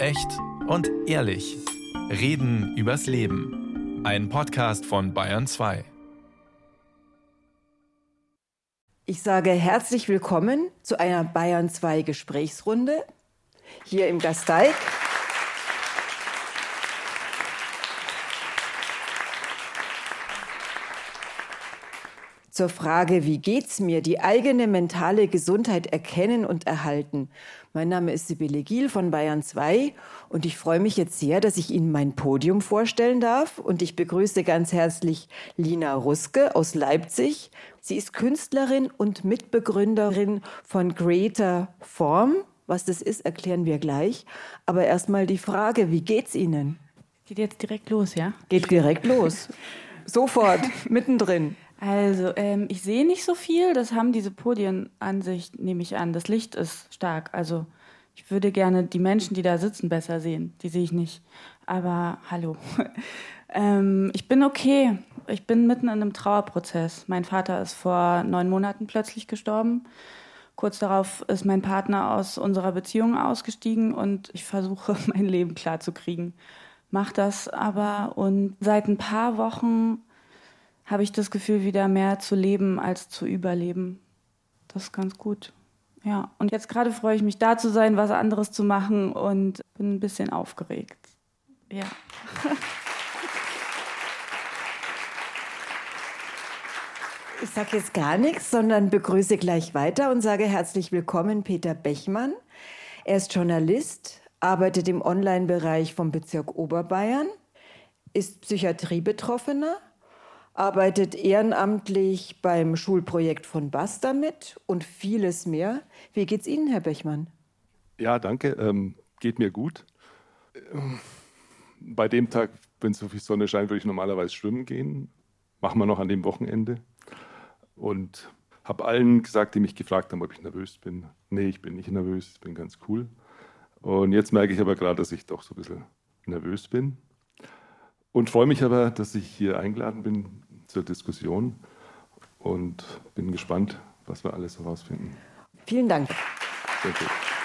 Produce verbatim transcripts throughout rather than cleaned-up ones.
Echt und ehrlich. Reden übers Leben. Ein Podcast von Bayern zwei. Ich sage herzlich willkommen zu einer Bayern zwei Gesprächsrunde hier im Gasteig. Zur Frage, wie geht's mir, die eigene mentale Gesundheit erkennen und erhalten. Mein Name ist Sibylle Giel von Bayern zwei und ich freue mich jetzt sehr, dass ich Ihnen mein Podium vorstellen darf. Und ich begrüße ganz herzlich Lina Ruske aus Leipzig. Sie ist Künstlerin und Mitbegründerin von Greater Form. Was das ist, erklären wir gleich. Aber erstmal die Frage, wie geht's Ihnen? Geht jetzt direkt los, ja? Geht direkt los. Sofort, mittendrin. Also, ähm, ich sehe nicht so viel. Das haben diese Podienansicht, nehme ich an. Das Licht ist stark. Also, ich würde gerne die Menschen, die da sitzen, besser sehen. Die sehe ich nicht. Aber hallo. ähm, ich bin okay. Ich bin mitten in einem Trauerprozess. Mein Vater ist vor neun Monaten plötzlich gestorben. Kurz darauf ist mein Partner aus unserer Beziehung ausgestiegen und ich versuche, mein Leben klarzukriegen. Mach das aber und seit ein paar Wochen habe ich das Gefühl, wieder mehr zu leben als zu überleben. Das ist ganz gut. Ja, und jetzt gerade freue ich mich, da zu sein, was anderes zu machen und bin ein bisschen aufgeregt. Ja. Ich sage jetzt gar nichts, sondern begrüße gleich weiter und sage herzlich willkommen Peter Bechmann. Er ist Journalist, arbeitet im Online-Bereich vom Bezirk Oberbayern, ist Psychiatriebetroffener, arbeitet ehrenamtlich beim Schulprojekt von Basta mit und vieles mehr. Wie geht's Ihnen, Herr Bechmann? Ja, danke. Ähm, geht mir gut. Ähm, bei dem Tag, wenn so viel Sonne scheint, würde ich normalerweise schwimmen gehen. Machen wir noch an dem Wochenende. Und habe allen gesagt, die mich gefragt haben, ob ich nervös bin. Nee, ich bin nicht nervös, ich bin ganz cool. Und jetzt merke ich aber gerade, dass ich doch so ein bisschen nervös bin. Und freue mich aber, dass ich hier eingeladen bin zur Diskussion und bin gespannt, was wir alles herausfinden. Vielen Dank. Danke.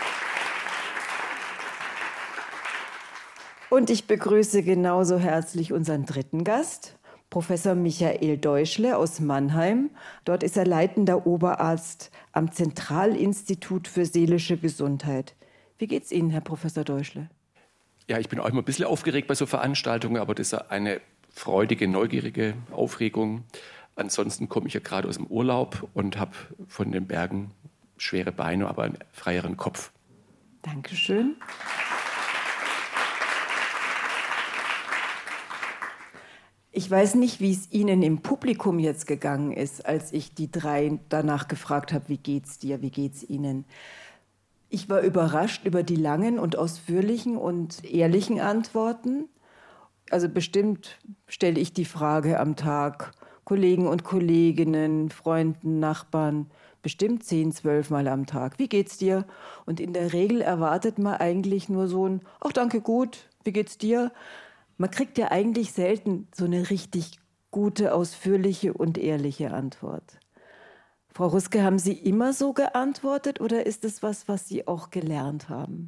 Und ich begrüße genauso herzlich unseren dritten Gast, Professor Michael Deuschle aus Mannheim. Dort ist er leitender Oberarzt am Zentralinstitut für seelische Gesundheit. Wie geht's Ihnen, Herr Professor Deuschle? Ja, ich bin auch immer ein bisschen aufgeregt bei so Veranstaltungen, aber das ist eine freudige, neugierige Aufregung. Ansonsten komme ich ja gerade aus dem Urlaub und habe von den Bergen schwere Beine, aber einen freieren Kopf. Dankeschön. Ich weiß nicht, wie es Ihnen im Publikum jetzt gegangen ist, als ich die drei danach gefragt habe, wie geht's dir, wie geht's Ihnen? Ich war überrascht über die langen und ausführlichen und ehrlichen Antworten. Also bestimmt stelle ich die Frage am Tag Kollegen und Kolleginnen, Freunden, Nachbarn, bestimmt zehn, zwölf Mal am Tag. Wie geht's dir? Und in der Regel erwartet man eigentlich nur so ein, ach danke, gut, wie geht's dir? Man kriegt ja eigentlich selten so eine richtig gute, ausführliche und ehrliche Antwort. Frau Ruske, haben Sie immer so geantwortet oder ist es was, was Sie auch gelernt haben?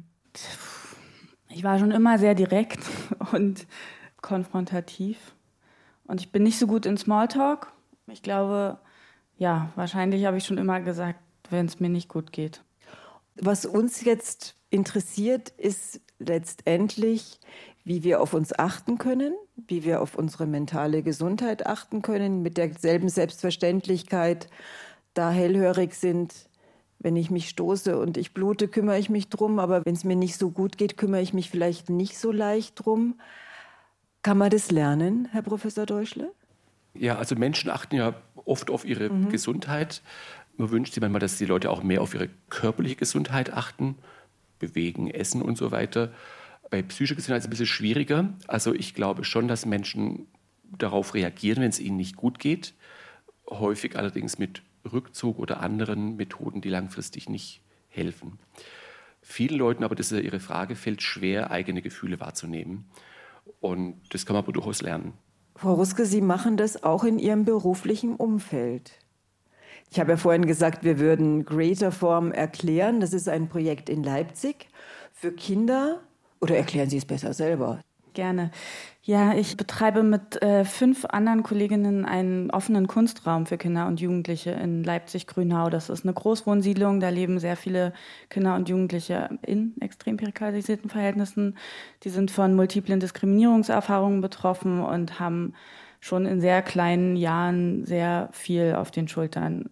Ich war schon immer sehr direkt und konfrontativ. Und ich bin nicht so gut in Smalltalk. Ich glaube, ja, wahrscheinlich habe ich schon immer gesagt, wenn es mir nicht gut geht. Was uns jetzt interessiert, ist letztendlich, wie wir auf uns achten können, wie wir auf unsere mentale Gesundheit achten können, mit derselben Selbstverständlichkeit da hellhörig sind. Wenn ich mich stoße und ich blute, kümmere ich mich drum, aber wenn es mir nicht so gut geht, kümmere ich mich vielleicht nicht so leicht drum. Kann man das lernen, Herr Professor Deuschle? Ja, also Menschen achten ja oft auf ihre mhm. Gesundheit. Man wünscht sich manchmal, dass die Leute auch mehr auf ihre körperliche Gesundheit achten, bewegen, essen und so weiter. Bei psychischer Gesundheit ist es ein bisschen schwieriger. Also ich glaube schon, dass Menschen darauf reagieren, wenn es ihnen nicht gut geht. Häufig allerdings mit Rückzug oder anderen Methoden, die langfristig nicht helfen. Vielen Leuten, aber das ist ja Ihre Frage, fällt schwer, eigene Gefühle wahrzunehmen. Und das kann man aber durchaus lernen. Frau Ruske, Sie machen das auch in Ihrem beruflichen Umfeld. Ich habe ja vorhin gesagt, wir würden Greater Form erklären. Das ist ein Projekt in Leipzig für Kinder Oder erklären Sie es besser selber? Gerne. Ja, ich betreibe mit äh, fünf anderen Kolleginnen einen offenen Kunstraum für Kinder und Jugendliche in Leipzig-Grünau. Das ist eine Großwohnsiedlung, da leben sehr viele Kinder und Jugendliche in extrem prekalisierten Verhältnissen. Die sind von multiplen Diskriminierungserfahrungen betroffen und haben schon in sehr kleinen Jahren sehr viel auf den Schultern.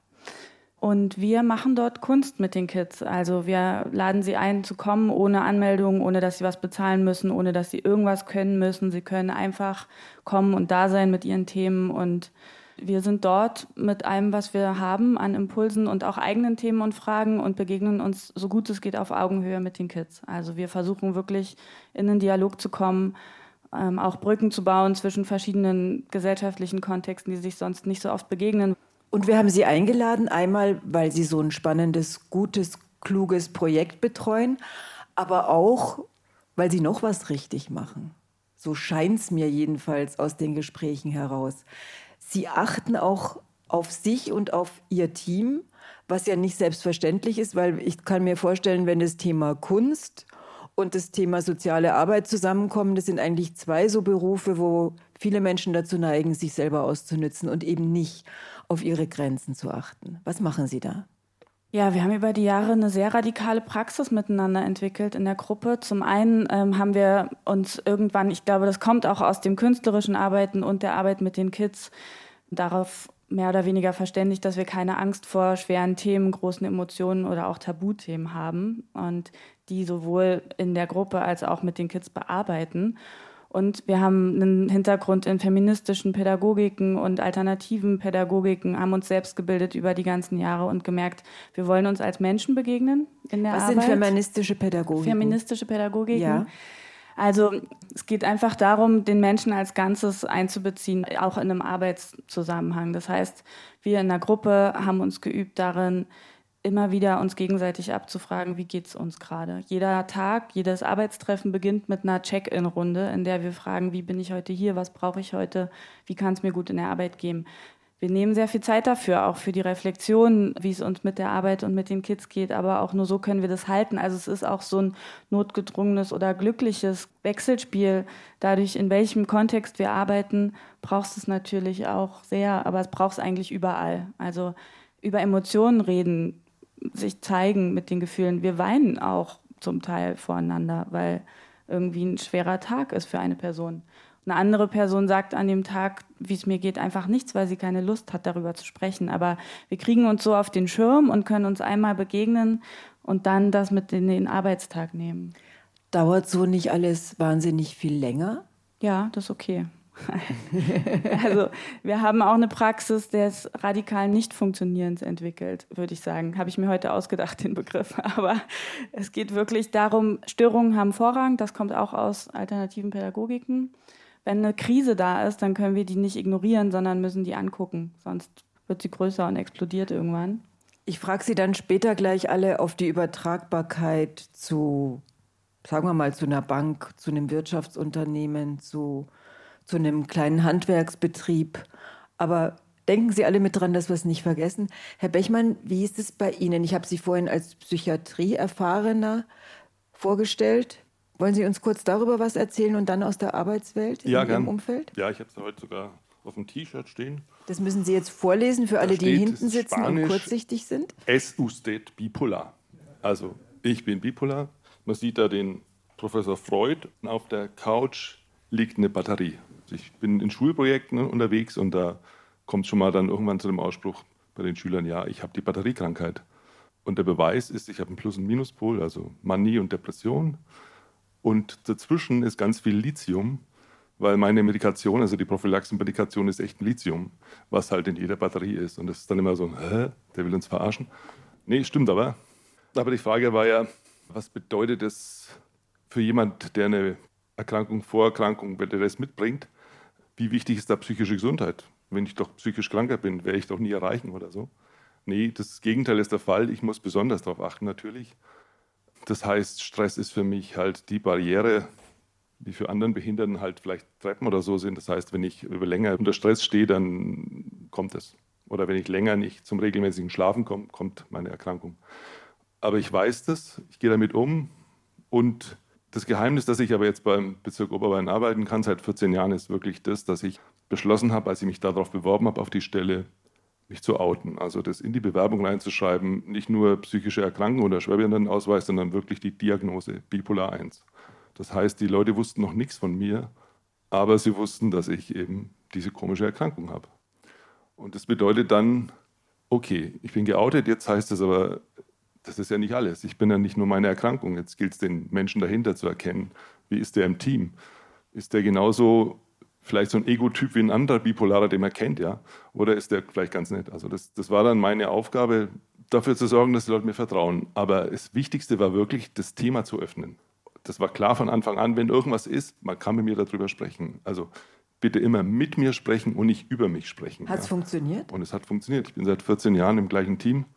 Und wir machen dort Kunst mit den Kids. Also wir laden sie ein zu kommen ohne Anmeldung, ohne dass sie was bezahlen müssen, ohne dass sie irgendwas können müssen. Sie können einfach kommen und da sein mit ihren Themen. Und wir sind dort mit allem, was wir haben an Impulsen und auch eigenen Themen und Fragen und begegnen uns so gut es geht auf Augenhöhe mit den Kids. Also wir versuchen wirklich in den Dialog zu kommen, ähm, auch Brücken zu bauen zwischen verschiedenen gesellschaftlichen Kontexten, die sich sonst nicht so oft begegnen. Und wir haben Sie eingeladen, einmal, weil Sie so ein spannendes, gutes, kluges Projekt betreuen, aber auch, weil Sie noch was richtig machen. So scheint es mir jedenfalls aus den Gesprächen heraus. Sie achten auch auf sich und auf Ihr Team, was ja nicht selbstverständlich ist, weil ich kann mir vorstellen, wenn das Thema Kunst und das Thema soziale Arbeit zusammenkommen, das sind eigentlich zwei so Berufe, wo viele Menschen dazu neigen, sich selber auszunützen und eben nicht auf ihre Grenzen zu achten. Was machen Sie da? Ja, wir haben über die Jahre eine sehr radikale Praxis miteinander entwickelt in der Gruppe. Zum einen ähm, haben wir uns irgendwann, ich glaube, das kommt auch aus dem künstlerischen Arbeiten und der Arbeit mit den Kids, darauf mehr oder weniger verständigt, dass wir keine Angst vor schweren Themen, großen Emotionen oder auch Tabuthemen haben und die sowohl in der Gruppe als auch mit den Kids bearbeiten. Und wir haben einen Hintergrund in feministischen Pädagogiken und alternativen Pädagogiken, haben uns selbst gebildet über die ganzen Jahre und gemerkt, wir wollen uns als Menschen begegnen in der Was Arbeit. sind feministische Pädagogiken? Feministische Pädagogiken. Ja. Also es geht einfach darum, den Menschen als Ganzes einzubeziehen, auch in einem Arbeitszusammenhang. Das heißt, wir in der Gruppe haben uns geübt darin, immer wieder uns gegenseitig abzufragen, wie geht's uns gerade. Jeder Tag, jedes Arbeitstreffen beginnt mit einer Check-in-Runde, in der wir fragen, wie bin ich heute hier, was brauche ich heute, wie kann es mir gut in der Arbeit gehen. Wir nehmen sehr viel Zeit dafür, auch für die Reflexion, wie es uns mit der Arbeit und mit den Kids geht, aber auch nur so können wir das halten. Also es ist auch so ein notgedrungenes oder glückliches Wechselspiel. Dadurch, in welchem Kontext wir arbeiten, brauchst es natürlich auch sehr, aber es braucht es eigentlich überall. Also über Emotionen reden, sich zeigen mit den Gefühlen. Wir weinen auch zum Teil voreinander, weil irgendwie ein schwerer Tag ist für eine Person. Eine andere Person sagt an dem Tag, wie es mir geht, einfach nichts, weil sie keine Lust hat, darüber zu sprechen. Aber wir kriegen uns so auf den Schirm und können uns einmal begegnen und dann das mit in den Arbeitstag nehmen. Dauert so nicht alles wahnsinnig viel länger? Ja, das ist okay. Also wir haben auch eine Praxis des radikalen Nicht-Funktionierens entwickelt, würde ich sagen. Habe ich mir heute ausgedacht, den Begriff. Aber es geht wirklich darum, Störungen haben Vorrang. Das kommt auch aus alternativen Pädagogiken. Wenn eine Krise da ist, dann können wir die nicht ignorieren, sondern müssen die angucken. Sonst wird sie größer und explodiert irgendwann. Ich frage Sie dann später gleich alle auf die Übertragbarkeit zu, sagen wir mal, zu einer Bank, zu einem Wirtschaftsunternehmen, zu, zu einem kleinen Handwerksbetrieb. Aber denken Sie alle mit dran, dass wir es nicht vergessen. Herr Bechmann, wie ist es bei Ihnen? Ich habe Sie vorhin als Psychiatrie-Erfahrener vorgestellt. Wollen Sie uns kurz darüber was erzählen und dann aus der Arbeitswelt ja, in gern. Ihrem Umfeld? Ja, ich habe es heute sogar auf dem T-Shirt stehen. Das müssen Sie jetzt vorlesen für Da alle, die steht, hinten sitzen Spanisch, und kurzsichtig sind. Es usted bipolar. Also ich bin bipolar. Man sieht da den Professor Freud. Auf der Couch liegt eine Batterie. Ich bin in Schulprojekten unterwegs und da kommt schon mal dann irgendwann zu dem Ausspruch bei den Schülern, ja, ich habe die Batteriekrankheit. Und der Beweis ist, ich habe einen Plus- und Minuspol, also Manie und Depression. Und dazwischen ist ganz viel Lithium, weil meine Medikation, also die Prophylaxenmedikation ist echt ein Lithium, was halt in jeder Batterie ist. Und das ist dann immer so, hä, der will uns verarschen. Nee, stimmt aber. Aber die Frage war ja, was bedeutet es für jemand, der eine Erkrankung, Vorerkrankung, wenn der das mitbringt, wie wichtig ist da psychische Gesundheit? Wenn ich doch psychisch kranker bin, werde ich doch nie erreichen oder so. Nee, das Gegenteil ist der Fall. Ich muss besonders darauf achten natürlich. Das heißt, Stress ist für mich halt die Barriere, die für anderen Behinderten halt vielleicht Treppen oder so sind. Das heißt, wenn ich über länger unter Stress stehe, dann kommt es. Oder wenn ich länger nicht zum regelmäßigen Schlafen komme, kommt meine Erkrankung. Aber ich weiß das, ich gehe damit um und Das Geheimnis, dass ich aber jetzt beim Bezirk Oberbayern arbeiten kann, seit vierzehn Jahren, ist wirklich das, dass ich beschlossen habe, als ich mich darauf beworben habe, auf die Stelle, mich zu outen. Also das in die Bewerbung reinzuschreiben, nicht nur psychische Erkrankung oder Schwerbehindertenausweis, sondern wirklich die Diagnose Bipolar eins. Das heißt, die Leute wussten noch nichts von mir, aber sie wussten, dass ich eben diese komische Erkrankung habe. Und das bedeutet dann, okay, ich bin geoutet, jetzt heißt es aber, das ist ja nicht alles. Ich bin ja nicht nur meine Erkrankung. Jetzt gilt es, den Menschen dahinter zu erkennen. Wie ist der im Team? Ist der genauso vielleicht so ein Ego-Typ wie ein anderer Bipolarer, den man kennt, ja? Oder ist der vielleicht ganz nett? Also das, das war dann meine Aufgabe, dafür zu sorgen, dass die Leute mir vertrauen. Aber das Wichtigste war wirklich, das Thema zu öffnen. Das war klar von Anfang an, wenn irgendwas ist, man kann mit mir darüber sprechen. Also bitte immer mit mir sprechen und nicht über mich sprechen. Hat es ja. funktioniert? Und es hat funktioniert. Ich bin seit vierzehn Jahren im gleichen Team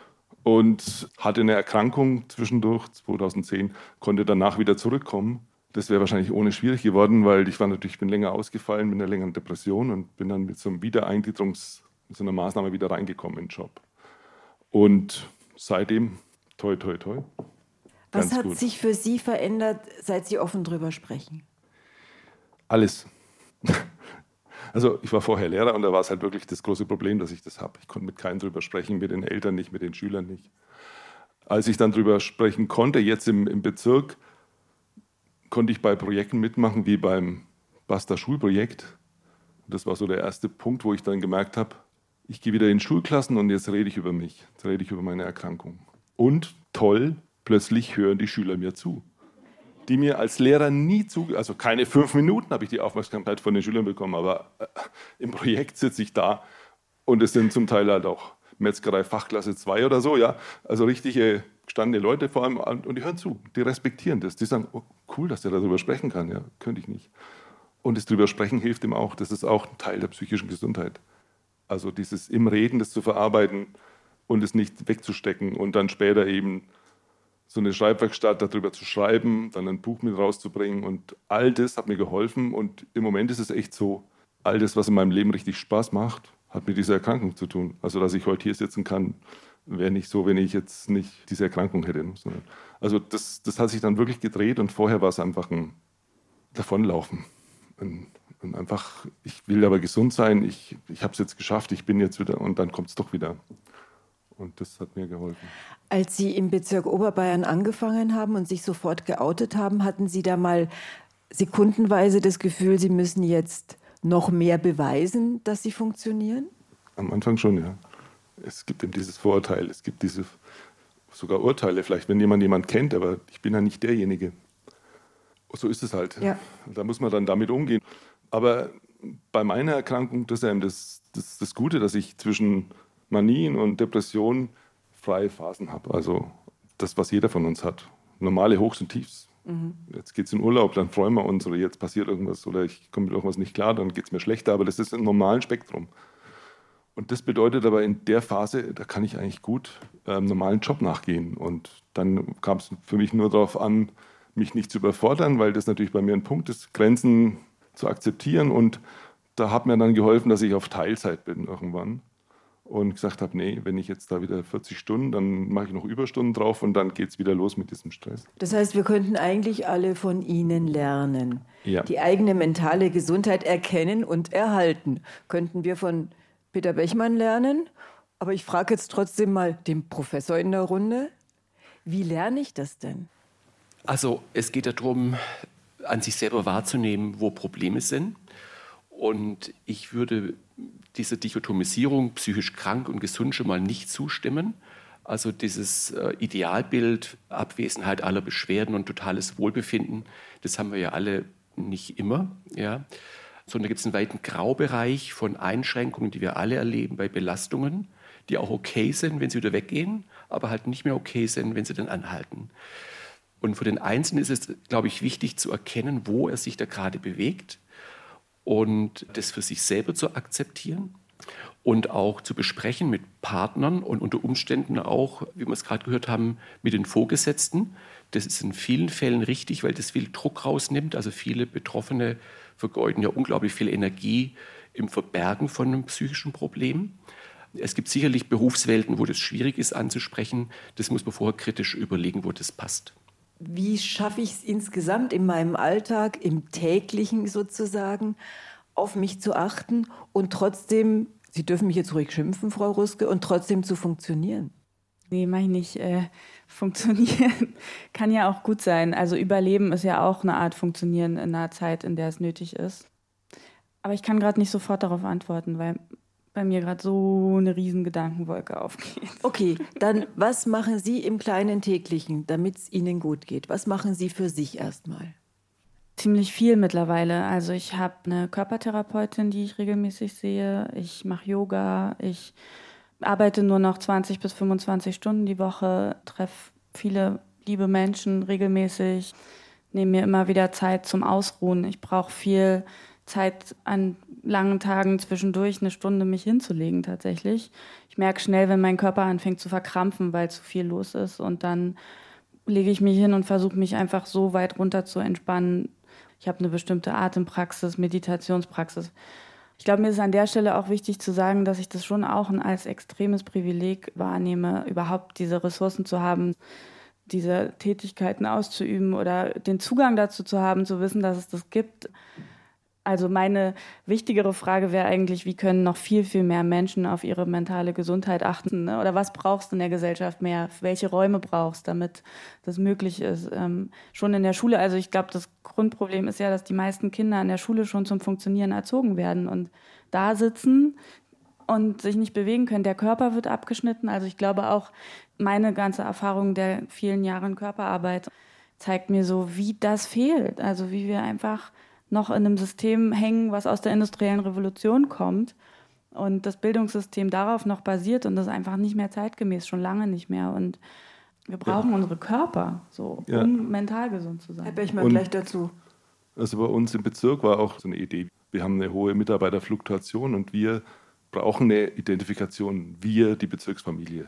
und hatte eine Erkrankung zwischendurch, zweitausendzehn, konnte danach wieder zurückkommen. Das wäre wahrscheinlich ohne schwierig geworden, weil ich war natürlich, bin länger ausgefallen mit einer längeren Depression und bin dann mit so einem Wiedereingliederungs, mit so einer Maßnahme wieder reingekommen in den Job. Und seitdem, toi, toi, toi. Was hat gut. sich für Sie verändert, seit Sie offen drüber sprechen? Alles. Also ich war vorher Lehrer und da war es halt wirklich das große Problem, dass ich das habe. Ich konnte mit keinem drüber sprechen, mit den Eltern nicht, mit den Schülern nicht. Als ich dann drüber sprechen konnte, jetzt im, im Bezirk, konnte ich bei Projekten mitmachen, wie beim Basta-Schulprojekt. Das war so der erste Punkt, wo ich dann gemerkt habe, ich gehe wieder in Schulklassen und jetzt rede ich über mich, jetzt rede ich über meine Erkrankung. Und toll, plötzlich hören die Schüler mir zu, die mir als Lehrer nie zu, also keine fünf Minuten habe ich die Aufmerksamkeit von den Schülern bekommen, aber äh, im Projekt sitze ich da und es sind zum Teil halt auch Metzgerei Fachklasse zwei oder so, ja, also richtige gestandene Leute vor allem, und die hören zu, die respektieren das, die sagen, oh, cool, dass der darüber sprechen kann, ja, könnte ich nicht. Und das drüber sprechen hilft ihm auch, das ist auch ein Teil der psychischen Gesundheit. Also dieses im Reden, das zu verarbeiten und es nicht wegzustecken und dann später eben so eine Schreibwerkstatt darüber zu schreiben, dann ein Buch mit rauszubringen und all das hat mir geholfen und im Moment ist es echt so, all das, was in meinem Leben richtig Spaß macht, hat mit dieser Erkrankung zu tun. Also dass ich heute hier sitzen kann, wäre nicht so, wenn ich jetzt nicht diese Erkrankung hätte. Also das, das hat sich dann wirklich gedreht und vorher war es einfach ein Davonlaufen. Und, und einfach, ich will aber gesund sein, ich, ich habe es jetzt geschafft, ich bin jetzt wieder und dann kommt es doch wieder. Und das hat mir geholfen. Als Sie im Bezirk Oberbayern angefangen haben und sich sofort geoutet haben, hatten Sie da mal sekundenweise das Gefühl, Sie müssen jetzt noch mehr beweisen, dass Sie funktionieren? Am Anfang schon, ja. Es gibt eben dieses Vorurteil, es gibt diese sogar Urteile, vielleicht wenn jemand jemand kennt, aber ich bin ja nicht derjenige. So ist es halt. Ja. Da muss man dann damit umgehen. Aber bei meiner Erkrankung, das ist eben das, das, das Gute, dass ich zwischen Manien und Depressionen freie Phasen habe. Also das, was jeder von uns hat. Normale Hochs und Tiefs. Mhm. Jetzt geht es in Urlaub, dann freuen wir uns oder jetzt passiert irgendwas oder ich komme mit irgendwas nicht klar, dann geht es mir schlechter. Aber das ist im normalen Spektrum. Und das bedeutet aber in der Phase, da kann ich eigentlich gut einem normalen Job nachgehen. Und dann kam es für mich nur darauf an, mich nicht zu überfordern, weil das natürlich bei mir ein Punkt ist, Grenzen zu akzeptieren. Und da hat mir dann geholfen, dass ich auf Teilzeit bin irgendwann. Und gesagt habe, nee, wenn ich jetzt da wieder vierzig Stunden, dann mache ich noch Überstunden drauf und dann geht es wieder los mit diesem Stress. Das heißt, wir könnten eigentlich alle von Ihnen lernen. Ja. Die eigene mentale Gesundheit erkennen und erhalten. Könnten wir von Peter Bechmann lernen? Aber ich frage jetzt trotzdem mal den Professor in der Runde. Wie lerne ich das denn? Also es geht darum, an sich selber wahrzunehmen, wo Probleme sind. Und ich würde dieser Dichotomisierung psychisch krank und gesund schon mal nicht zustimmen. Also dieses äh, Idealbild, Abwesenheit aller Beschwerden und totales Wohlbefinden, das haben wir ja alle nicht immer. Ja. Sondern da gibt es einen weiten Graubereich von Einschränkungen, die wir alle erleben bei Belastungen, die auch okay sind, wenn sie wieder weggehen, aber halt nicht mehr okay sind, wenn sie dann anhalten. Und für den Einzelnen ist es, glaube ich, wichtig zu erkennen, wo er sich da gerade bewegt und das für sich selber zu akzeptieren und auch zu besprechen mit Partnern und unter Umständen auch, wie wir es gerade gehört haben, mit den Vorgesetzten. Das ist in vielen Fällen richtig, weil das viel Druck rausnimmt. Also viele Betroffene vergeuden ja unglaublich viel Energie im Verbergen von einem psychischen Problem. Es gibt sicherlich Berufswelten, wo das schwierig ist anzusprechen. Das muss man vorher kritisch überlegen, wo das passt. wie schaffe ich es insgesamt in meinem Alltag, im täglichen sozusagen, auf mich zu achten und trotzdem, Sie dürfen mich jetzt ruhig schimpfen, Frau Ruske, und trotzdem zu funktionieren? Nee, mach ich nicht. Äh, funktionieren kann ja auch gut sein. Also Überleben ist ja auch eine Art Funktionieren in einer Zeit, in der es nötig ist. Aber ich kann gerade nicht sofort darauf antworten, weil bei mir gerade so eine riesen Gedankenwolke aufgeht. Okay, dann was machen Sie im kleinen täglichen, damit es Ihnen gut geht? Was machen Sie für sich erstmal? Ziemlich viel mittlerweile. Also ich habe eine Körpertherapeutin, die ich regelmäßig sehe. Ich mache Yoga. Ich arbeite nur noch zwanzig bis fünfundzwanzig Stunden die Woche, treffe viele liebe Menschen regelmäßig, nehme mir immer wieder Zeit zum Ausruhen. Ich brauche viel Zeit an langen Tagen zwischendurch, eine Stunde mich hinzulegen tatsächlich. Ich merke schnell, wenn mein Körper anfängt zu verkrampfen, weil zu viel los ist. Und dann lege ich mich hin und versuche mich einfach so weit runter zu entspannen. Ich habe eine bestimmte Atempraxis, Meditationspraxis. Ich glaube, mir ist an der Stelle auch wichtig zu sagen, dass ich das schon auch als extremes Privileg wahrnehme, überhaupt diese Ressourcen zu haben, diese Tätigkeiten auszuüben oder den Zugang dazu zu haben, zu wissen, dass es das gibt. Also meine wichtigere Frage wäre eigentlich, wie können noch viel, viel mehr Menschen auf ihre mentale Gesundheit achten? Ne? Oder was brauchst du in der Gesellschaft mehr? Welche Räume brauchst du, damit das möglich ist? Ähm, schon in der Schule, also ich glaube, das Grundproblem ist ja, dass die meisten Kinder in der Schule schon zum Funktionieren erzogen werden und da sitzen und sich nicht bewegen können. Der Körper wird abgeschnitten. Also ich glaube auch, meine ganze Erfahrung der vielen Jahre Körperarbeit zeigt mir so, wie das fehlt. Also wie wir einfach noch in einem System hängen, was aus der industriellen Revolution kommt und das Bildungssystem darauf noch basiert und das ist einfach nicht mehr zeitgemäß, schon lange nicht mehr. Und wir brauchen ja. unsere Körper, so, ja. um mental gesund zu sein. Herr Bechmann, gleich dazu. Also bei uns im Bezirk war auch so eine Idee, wir haben eine hohe Mitarbeiterfluktuation und wir brauchen eine Identifikation, wir, die Bezirksfamilie.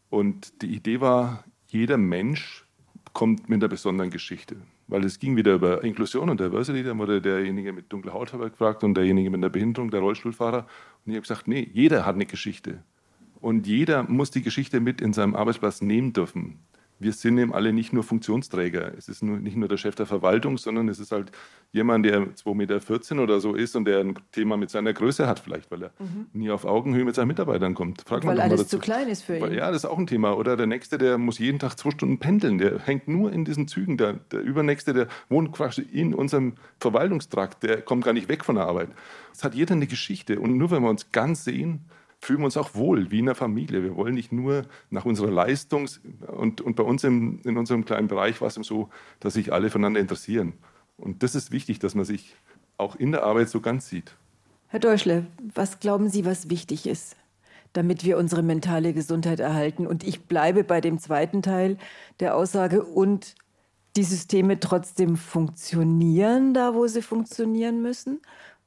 Und die Idee war, jeder Mensch kommt mit einer besonderen Geschichte. Weil es ging wieder über Inklusion und Diversity, da wurde derjenige mit dunkler Hautfarbe gefragt und derjenige mit einer Behinderung, der Rollstuhlfahrer. Und ich habe gesagt, nee, jeder hat eine Geschichte. Und jeder muss die Geschichte mit in seinem Arbeitsplatz nehmen dürfen. Wir sind eben alle nicht nur Funktionsträger. Es ist nur, nicht nur der Chef der Verwaltung, sondern es ist halt jemand, der zwei Meter vierzehn oder so ist und der ein Thema mit seiner Größe hat vielleicht, weil er mhm. nie auf Augenhöhe mit seinen Mitarbeitern kommt. Frag weil alles zu klein ist für ihn. Ja, das ist auch ein Thema. Oder der Nächste, der muss jeden Tag zwei Stunden pendeln. Der hängt nur in diesen Zügen. Der, der Übernächste, der wohnt quasi in unserem Verwaltungstrakt. Der kommt gar nicht weg von der Arbeit. Es hat jeder eine Geschichte. Und nur wenn wir uns ganz sehen, fühlen wir uns auch wohl, wie in einer Familie. Wir wollen nicht nur nach unserer Leistung, und, und bei uns im, in unserem kleinen Bereich war es so, dass sich alle voneinander interessieren. Und das ist wichtig, dass man sich auch in der Arbeit so ganz sieht. Herr Deuschle, was glauben Sie, was wichtig ist, damit wir unsere mentale Gesundheit erhalten? Und ich bleibe bei dem zweiten Teil der Aussage, und die Systeme trotzdem funktionieren, da wo sie funktionieren müssen,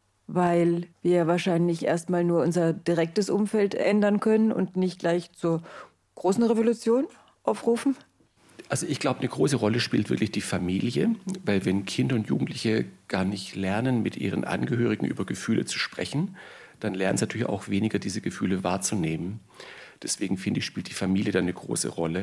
weil wir wahrscheinlich erstmal nur unser direktes Umfeld ändern können und nicht gleich zur großen Revolution aufrufen? Also ich glaube, eine große Rolle spielt wirklich die Familie, weil wenn Kinder und Jugendliche gar nicht lernen, mit ihren Angehörigen über Gefühle zu sprechen, dann lernen sie natürlich auch weniger, diese Gefühle wahrzunehmen. Deswegen finde ich, spielt die Familie dann eine große Rolle.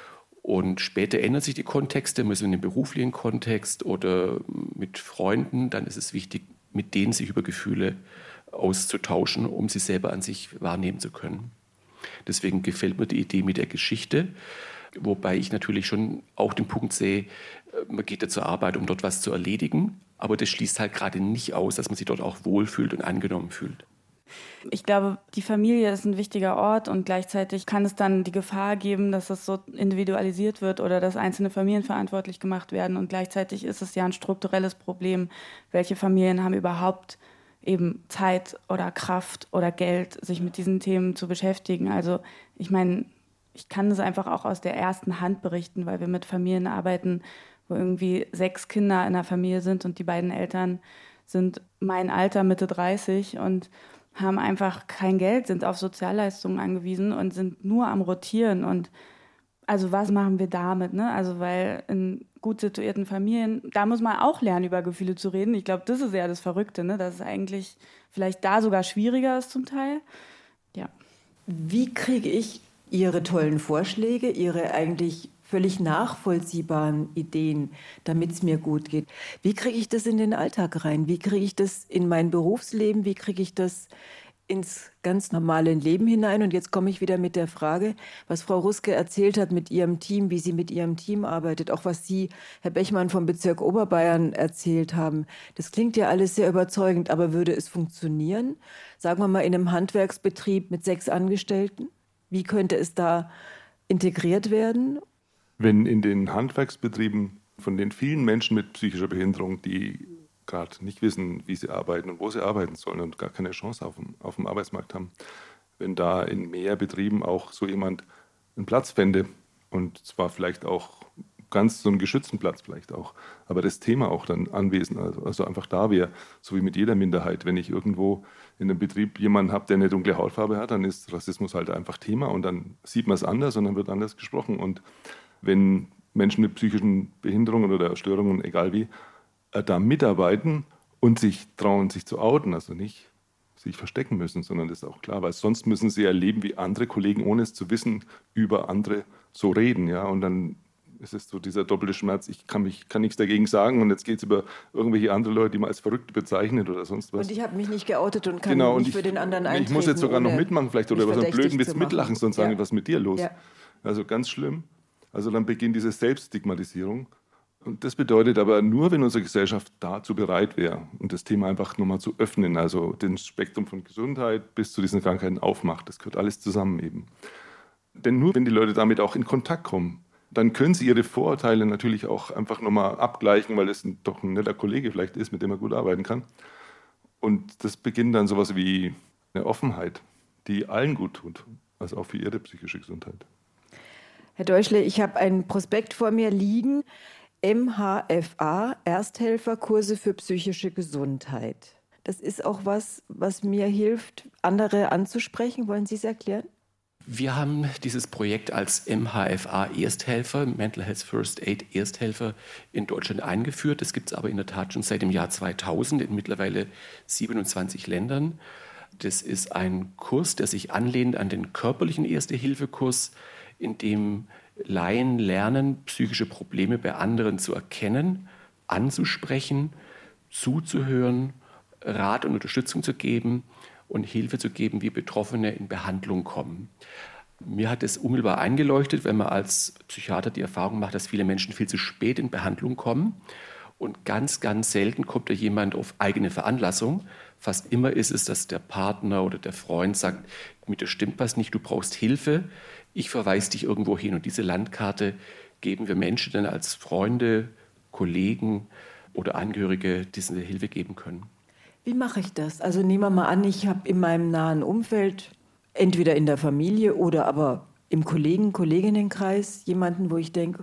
Und später ändern sich die Kontexte, man ist in einem beruflichen Kontext oder mit Freunden, dann ist es wichtig, mit denen sich über Gefühle auszutauschen, um sie selber an sich wahrnehmen zu können. Deswegen gefällt mir die Idee mit der Geschichte, wobei ich natürlich schon auch den Punkt sehe, man geht ja zur Arbeit, um dort was zu erledigen, aber das schließt halt gerade nicht aus, dass man sich dort auch wohlfühlt und angenommen fühlt. Ich glaube, die Familie ist ein wichtiger Ort und gleichzeitig kann es dann die Gefahr geben, dass es so individualisiert wird oder dass einzelne Familien verantwortlich gemacht werden. Und gleichzeitig ist es ja ein strukturelles Problem. Welche Familien haben überhaupt eben Zeit oder Kraft oder Geld, sich mit diesen Themen zu beschäftigen? Also ich meine, ich kann das einfach auch aus der ersten Hand berichten, weil wir mit Familien arbeiten, wo irgendwie sechs Kinder in der Familie sind und die beiden Eltern sind mein Alter, Mitte dreißig und haben einfach kein Geld, sind auf Sozialleistungen angewiesen und sind nur am Rotieren. Und also was machen wir damit? Ne? Also weil in gut situierten Familien, da muss man auch lernen, über Gefühle zu reden. Ich glaube, das ist ja das Verrückte, ne? Dass es eigentlich vielleicht da sogar schwieriger ist zum Teil. Ja. Wie kriege ich Ihre tollen Vorschläge, Ihre eigentlich völlig nachvollziehbaren Ideen, damit es mir gut geht. Wie kriege ich das in den Alltag rein? Wie kriege ich das in mein Berufsleben? Wie kriege ich das ins ganz normale Leben hinein? Und jetzt komme ich wieder mit der Frage, was Frau Ruske erzählt hat mit ihrem Team, wie sie mit ihrem Team arbeitet, auch was Sie, Herr Bechmann vom Bezirk Oberbayern, erzählt haben. Das klingt ja alles sehr überzeugend, aber würde es funktionieren? Sagen wir mal in einem Handwerksbetrieb mit sechs Angestellten? Wie könnte es da integriert werden? Wenn in den Handwerksbetrieben von den vielen Menschen mit psychischer Behinderung, die gerade nicht wissen, wie sie arbeiten und wo sie arbeiten sollen und gar keine Chance auf dem, auf dem Arbeitsmarkt haben, wenn da in mehr Betrieben auch so jemand einen Platz fände und zwar vielleicht auch ganz so einen geschützten Platz vielleicht auch, aber das Thema auch dann anwesend, also, also einfach da wäre, so wie mit jeder Minderheit. Wenn ich irgendwo in einem Betrieb jemanden habe, der eine dunkle Hautfarbe hat, dann ist Rassismus halt einfach Thema und dann sieht man es anders und dann wird anders gesprochen. Und wenn Menschen mit psychischen Behinderungen oder Störungen, egal wie, da mitarbeiten und sich trauen, sich zu outen, also nicht sich verstecken müssen, sondern das ist auch klar, weil sonst müssen sie erleben, wie andere Kollegen, ohne es zu wissen, über andere so reden, ja, und dann ist es so dieser doppelte Schmerz, ich kann, mich, kann nichts dagegen sagen und jetzt geht es über irgendwelche andere Leute, die man als verrückt bezeichnet oder sonst was. Und ich habe mich nicht geoutet und kann genau, nicht und für ich, den anderen eintreten. Ich muss jetzt sogar noch mitmachen vielleicht oder über so einen blöden Witz mitlachen, sonst sagen, ja. was ist mit dir los? Ja. Also ganz schlimm. Also dann beginnt diese Selbststigmatisierung. Und das bedeutet aber nur, wenn unsere Gesellschaft dazu bereit wäre und das Thema einfach nochmal zu öffnen, also den Spektrum von Gesundheit bis zu diesen Krankheiten aufmacht. Das gehört alles zusammen eben. Denn nur wenn die Leute damit auch in Kontakt kommen, dann können sie ihre Vorurteile natürlich auch einfach nochmal abgleichen, weil es doch ein netter Kollege vielleicht ist, mit dem man gut arbeiten kann. Und das beginnt dann sowas wie eine Offenheit, die allen gut tut, also auch für ihre psychische Gesundheit. Herr Deuschle, ich habe einen Prospekt vor mir liegen. M H F A, Ersthelferkurse für psychische Gesundheit. Das ist auch was, was mir hilft, andere anzusprechen. Wollen Sie es erklären? Wir haben dieses Projekt als M H F A Ersthelfer, Mental Health First Aid Ersthelfer, in Deutschland eingeführt. Das gibt es aber in der Tat schon seit dem Jahr zweitausend in mittlerweile siebenundzwanzig Ländern. Das ist ein Kurs, der sich anlehnt an den körperlichen Erste-Hilfe-Kurs, in dem Laien lernen, psychische Probleme bei anderen zu erkennen, anzusprechen, zuzuhören, Rat und Unterstützung zu geben und Hilfe zu geben, wie Betroffene in Behandlung kommen. Mir hat es unmittelbar eingeleuchtet, wenn man als Psychiater die Erfahrung macht, dass viele Menschen viel zu spät in Behandlung kommen. Und ganz, ganz selten kommt da jemand auf eigene Veranlassung. Fast immer ist es, dass der Partner oder der Freund sagt, mit dir stimmt was nicht, du brauchst Hilfe, ich verweise dich irgendwo hin. Und diese Landkarte geben wir Menschen dann als Freunde, Kollegen oder Angehörige, die diese Hilfe geben können. Wie mache ich das? Also nehmen wir mal an, ich habe in meinem nahen Umfeld, entweder in der Familie oder aber im Kollegen-, Kolleginnenkreis jemanden, wo ich denke,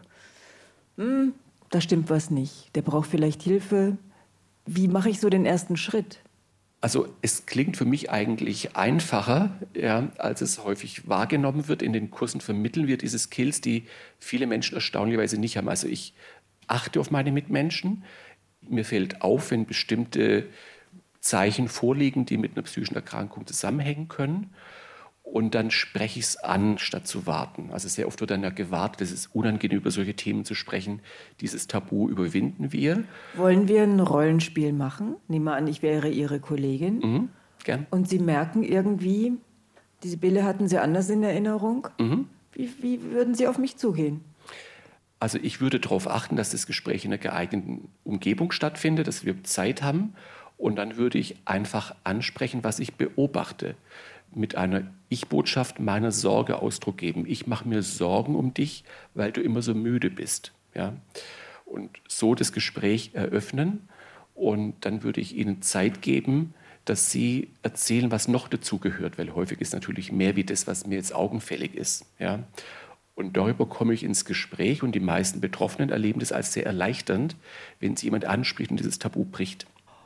hm, da stimmt was nicht, der braucht vielleicht Hilfe. Wie mache ich so den ersten Schritt? Also es klingt für mich eigentlich einfacher, ja, als es häufig wahrgenommen wird. In den Kursen vermitteln wir diese Skills, die viele Menschen erstaunlicherweise nicht haben. Also ich achte auf meine Mitmenschen. Mir fällt auf, wenn bestimmte Zeichen vorliegen, die mit einer psychischen Erkrankung zusammenhängen können. Und dann spreche ich es an, statt zu warten. Also sehr oft wird dann ja gewartet, es ist unangenehm, über solche Themen zu sprechen. Dieses Tabu überwinden wir. Wollen wir ein Rollenspiel machen? Nehmen wir an, ich wäre Ihre Kollegin. Mhm, gern. Und Sie merken irgendwie, die Sibylle hatten Sie anders in Erinnerung. Mhm. Wie, wie würden Sie auf mich zugehen? Also ich würde darauf achten, dass das Gespräch in einer geeigneten Umgebung stattfindet, dass wir Zeit haben. Und dann würde ich einfach ansprechen, was ich beobachte. Mit einer Ich-Botschaft meiner Sorge Ausdruck geben. Ich mache mir Sorgen um dich, weil du immer so müde bist. Ja? Und so das Gespräch eröffnen. Und dann würde ich ihnen Zeit geben, dass sie erzählen, was noch dazugehört. Weil häufig ist natürlich mehr wie das, was mir jetzt augenfällig ist. Ja? Und darüber komme ich ins Gespräch. Und die meisten Betroffenen erleben das als sehr erleichternd, wenn sie jemand anspricht und dieses Tabu bricht.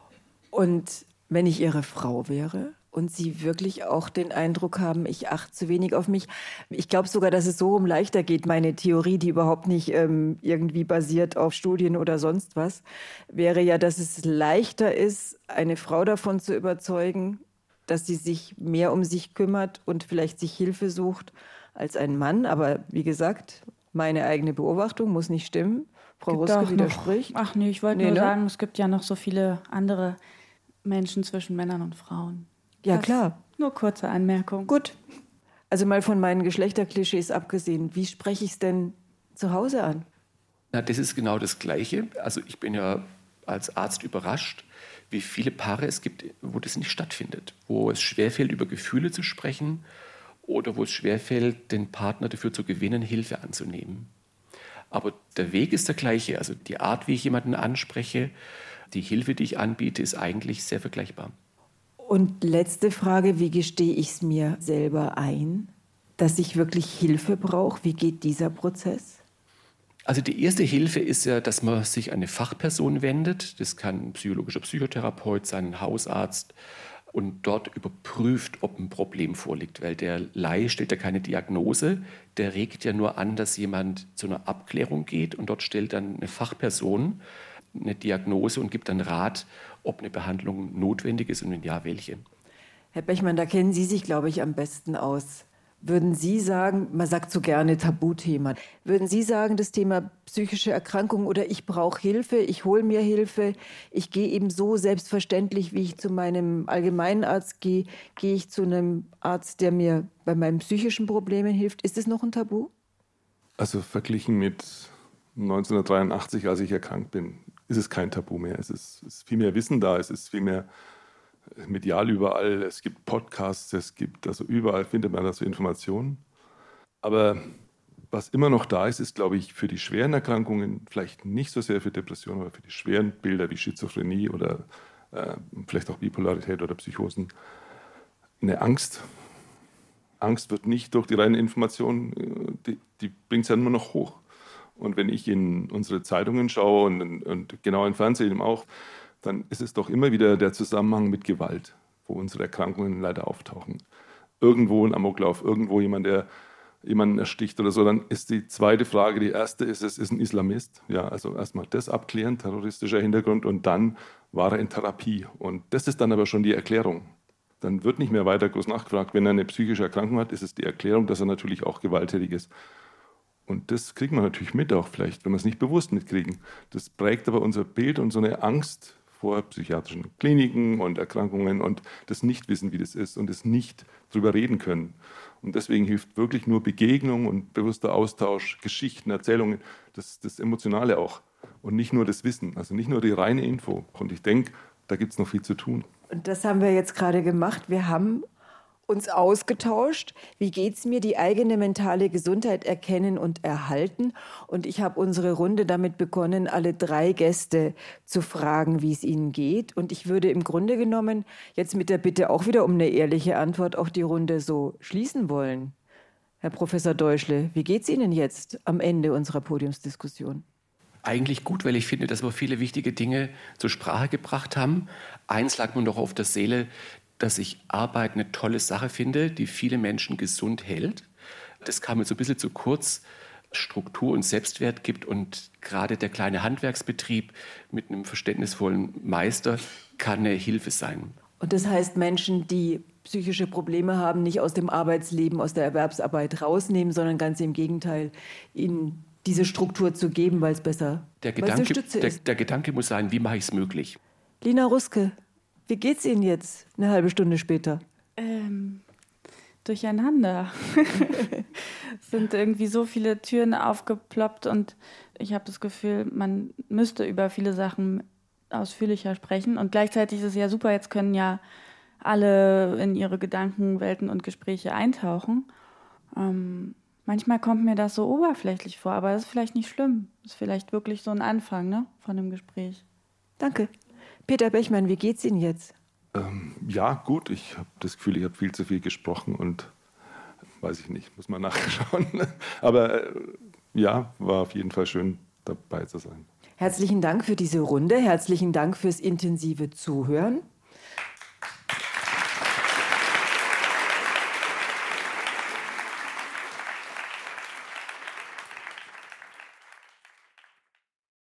Und wenn ich Ihre Frau wäre und Sie wirklich auch den Eindruck haben, ich achte zu wenig auf mich. Ich glaube sogar, dass es so rum leichter geht. Meine Theorie, die überhaupt nicht ähm, irgendwie basiert auf Studien oder sonst was, wäre ja, dass es leichter ist, eine Frau davon zu überzeugen, dass sie sich mehr um sich kümmert und vielleicht sich Hilfe sucht als ein Mann. Aber wie gesagt, meine eigene Beobachtung, muss nicht stimmen. Frau Gibt Ruske auch widerspricht. Noch, ach nee, ich wollte Nee, nur ne? sagen, es gibt ja noch so viele andere Menschen zwischen Männern und Frauen. Ja, Das klar. Nur kurze Anmerkung. Gut. Also mal von meinen Geschlechterklischees abgesehen, wie spreche ich es denn zu Hause an? Na, das ist genau das Gleiche. Also ich bin ja als Arzt überrascht, wie viele Paare es gibt, wo das nicht stattfindet, wo es schwerfällt, über Gefühle zu sprechen oder wo es schwerfällt, den Partner dafür zu gewinnen, Hilfe anzunehmen. Aber der Weg ist der gleiche. Also die Art, wie ich jemanden anspreche, die Hilfe, die ich anbiete, ist eigentlich sehr vergleichbar. Und letzte Frage, wie gestehe ich es mir selber ein, dass ich wirklich Hilfe brauche? Wie geht dieser Prozess? Also die erste Hilfe ist ja, dass man sich an eine Fachperson wendet. Das kann ein psychologischer Psychotherapeut sein, ein Hausarzt. Und dort überprüft, ob ein Problem vorliegt. Weil der Laie stellt ja keine Diagnose, der regt ja nur an, dass jemand zu einer Abklärung geht. Und dort stellt dann eine Fachperson eine Diagnose und gibt dann Rat, ob eine Behandlung notwendig ist und wenn ja, welche. Herr Bechmann, da kennen Sie sich, glaube ich, am besten aus. Würden Sie sagen, man sagt so gerne Tabuthema, würden Sie sagen, das Thema psychische Erkrankung oder ich brauche Hilfe, ich hole mir Hilfe, ich gehe eben so selbstverständlich, wie ich zu meinem Allgemeinarzt gehe, gehe ich zu einem Arzt, der mir bei meinen psychischen Problemen hilft. Ist das noch ein Tabu? Also verglichen mit neunzehnhundertdreiundachtzig, als ich erkrankt bin, ist es kein Tabu mehr. Es ist, es ist viel mehr Wissen da, es ist viel mehr medial überall, es gibt Podcasts, es gibt, also überall findet man dazu Informationen. Aber was immer noch da ist, ist, glaube ich, für die schweren Erkrankungen, vielleicht nicht so sehr für Depressionen, aber für die schweren Bilder wie Schizophrenie oder äh, vielleicht auch Bipolarität oder Psychosen, eine Angst. Angst wird nicht durch die reine Information, die, die bringt es ja nur noch hoch. Und wenn ich in unsere Zeitungen schaue und, und genau im Fernsehen auch, dann ist es doch immer wieder der Zusammenhang mit Gewalt, wo unsere Erkrankungen leider auftauchen. Irgendwo ein Amoklauf, irgendwo jemand, der jemanden ersticht oder so, dann ist die zweite Frage, die erste ist, es ist ein Islamist. Ja, also erstmal das abklären, terroristischer Hintergrund, und dann war er in Therapie. Und das ist dann aber schon die Erklärung. Dann wird nicht mehr weiter groß nachgefragt. Wenn er eine psychische Erkrankung hat, ist es die Erklärung, dass er natürlich auch gewalttätig ist. Und das kriegt man natürlich mit auch vielleicht, wenn wir es nicht bewusst mitkriegen. Das prägt aber unser Bild und so eine Angst vor psychiatrischen Kliniken und Erkrankungen und das Nichtwissen, wie das ist, und das nicht drüber reden können. Und deswegen hilft wirklich nur Begegnung und bewusster Austausch, Geschichten, Erzählungen, das, das Emotionale auch. Und nicht nur das Wissen, also nicht nur die reine Info. Und ich denke, da gibt es noch viel zu tun. Und das haben wir jetzt gerade gemacht. Wir haben uns ausgetauscht. Wie geht es mir? Die eigene mentale Gesundheit erkennen und erhalten. Und ich habe unsere Runde damit begonnen, alle drei Gäste zu fragen, wie es ihnen geht. Und ich würde im Grunde genommen jetzt mit der Bitte auch wieder um eine ehrliche Antwort auch die Runde so schließen wollen. Herr Professor Deuschle, wie geht es Ihnen jetzt am Ende unserer Podiumsdiskussion? Eigentlich gut, weil ich finde, dass wir viele wichtige Dinge zur Sprache gebracht haben. Eins lag mir noch auf der Seele, dass ich Arbeit eine tolle Sache finde, die viele Menschen gesund hält. Das kam mir so ein bisschen zu kurz, Struktur und Selbstwert gibt, und gerade der kleine Handwerksbetrieb mit einem verständnisvollen Meister kann eine Hilfe sein. Und das heißt, Menschen, die psychische Probleme haben, nicht aus dem Arbeitsleben, aus der Erwerbsarbeit rausnehmen, sondern ganz im Gegenteil, ihnen diese Struktur zu geben, weil es besser, der weil es eine Gedanke, Stütze der, ist. der Gedanke muss sein, wie mache ich es möglich? Lina Ruske, wie geht's Ihnen jetzt, eine halbe Stunde später? Ähm, durcheinander. Es sind irgendwie so viele Türen aufgeploppt und ich habe das Gefühl, man müsste über viele Sachen ausführlicher sprechen. Und gleichzeitig ist es ja super, jetzt können ja alle in ihre Gedankenwelten und Gespräche eintauchen. Ähm, manchmal kommt mir das so oberflächlich vor, aber das ist vielleicht nicht schlimm. Das ist vielleicht wirklich so ein Anfang, ne, von einem Gespräch. Danke. Peter Bechmann, wie geht's Ihnen jetzt? Ähm, ja, gut. Ich habe das Gefühl, ich habe viel zu viel gesprochen und weiß ich nicht, muss mal nachschauen. Aber äh, ja, war auf jeden Fall schön, dabei zu sein. Herzlichen Dank für diese Runde. Herzlichen Dank fürs intensive Zuhören.